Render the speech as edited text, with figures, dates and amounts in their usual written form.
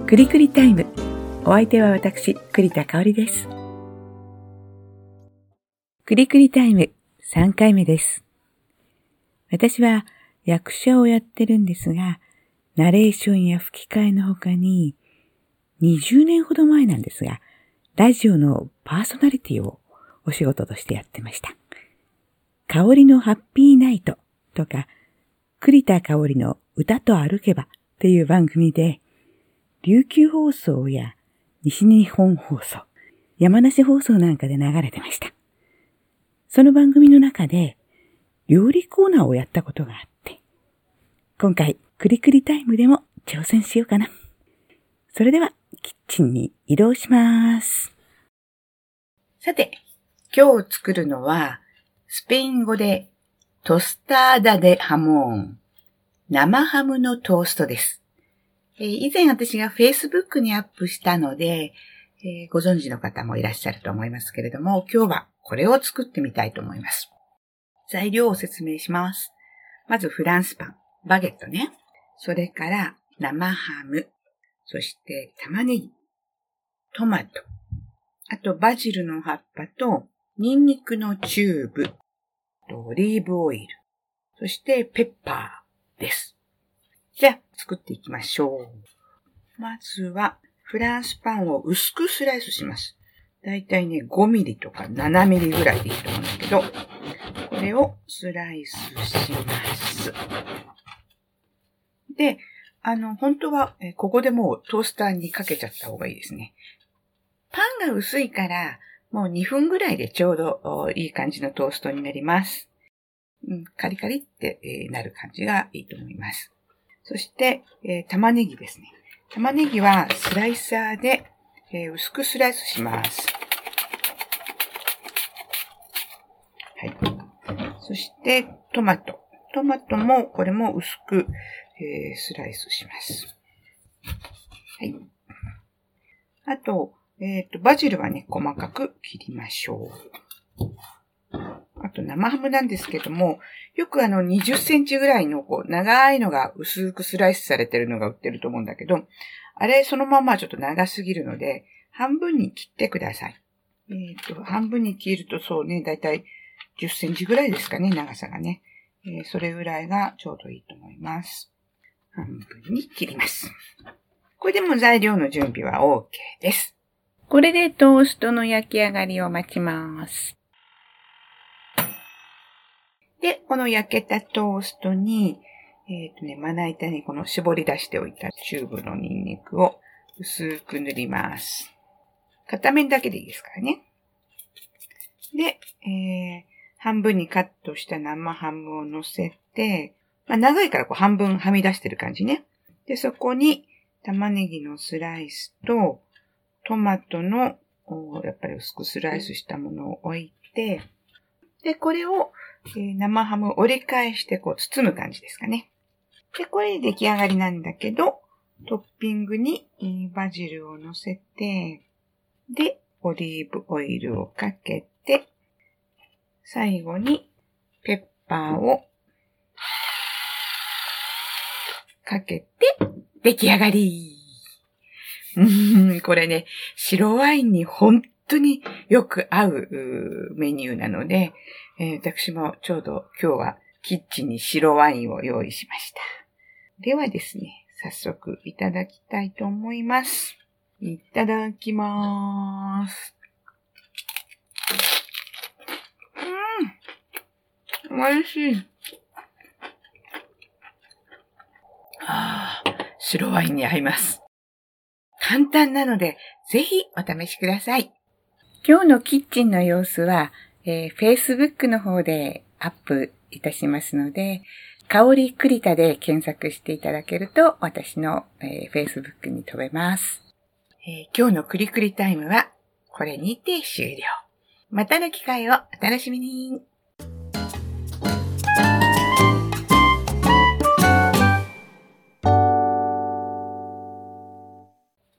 くりくりタイム。お相手は私、栗田香織です。くりくりタイム3回目です。私は役者をやってるんですが、ナレーションや吹き替えの他に、20年ほど前なんですが、ラジオのパーソナリティをお仕事としてやってました。香織のハッピーナイトとか、栗田香織の歌と歩けばという番組で、琉球放送や西日本放送、山梨放送なんかで流れてました。その番組の中で料理コーナーをやったことがあって、今回くりくりタイムでも挑戦しようかな。それではキッチンに移動します。さて、今日作るのはスペイン語でトスターダ・デ・ハモーン、生ハムのトーストです。以前私が Facebook にアップしたので、ご存知の方もいらっしゃると思いますけれども、今日はこれを作ってみたいと思います。材料を説明します。まずフランスパン、バゲットね。それから生ハム、そして玉ねぎ、トマト、あとバジルの葉っぱとニンニクのチューブ、オリーブオイル、そしてペッパーです。じゃあ作っていきましょう。まずはフランスパンを薄くスライスします。だいたいね5ミリとか7ミリぐらいでいいと思うんだけど、これをスライスします。で、本当はここでもうトースターにかけちゃった方がいいですね。パンが薄いからもう2分ぐらいでちょうどいい感じのトーストになります。カリカリってなる感じがいいと思います。そして、玉ねぎですね。玉ねぎはスライサーで、薄くスライスします。はい。そして、トマト。トマトも、これも薄く、スライスします。はい。あと、バジルはね、細かく切りましょう。あと生ハムなんですけども、よく20センチぐらいの長いのが薄くスライスされてるのが売ってると思うんだけど、あれそのままちょっと長すぎるので、半分に切ってください。半分に切るとそうね、だいたい10センチぐらいですかね、長さがね。それぐらいがちょうどいいと思います。半分に切ります。これでも材料の準備は OK です。これでトーストの焼き上がりを待ちます。で、この焼けたトーストに、まな板にこの絞り出しておいたチューブのニンニクを薄く塗ります。片面だけでいいですからね。で、半分にカットした生ハムを乗せて、長いから半分はみ出してる感じね。で、そこに玉ねぎのスライスとトマトのやっぱり薄くスライスしたものを置いて、で、これを生ハムを折り返して包む感じですかね。で、これで出来上がりなんだけど、トッピングにバジルを乗せて、で、オリーブオイルをかけて、最後にペッパーをかけて出来上がり。これね、白ワインに本当によく合うメニューなので、私もちょうど今日はキッチンに白ワインを用意しました。ではですね、早速いただきたいと思います。いただきまーす。美味しい。白ワインに合います。簡単なので、ぜひお試しください。今日のキッチンの様子は、Facebook の方でアップいたしますので、香り栗田で検索していただけると私の、Facebook に飛べます。今日のクリクリタイムはこれにて終了。またの機会をお楽しみに。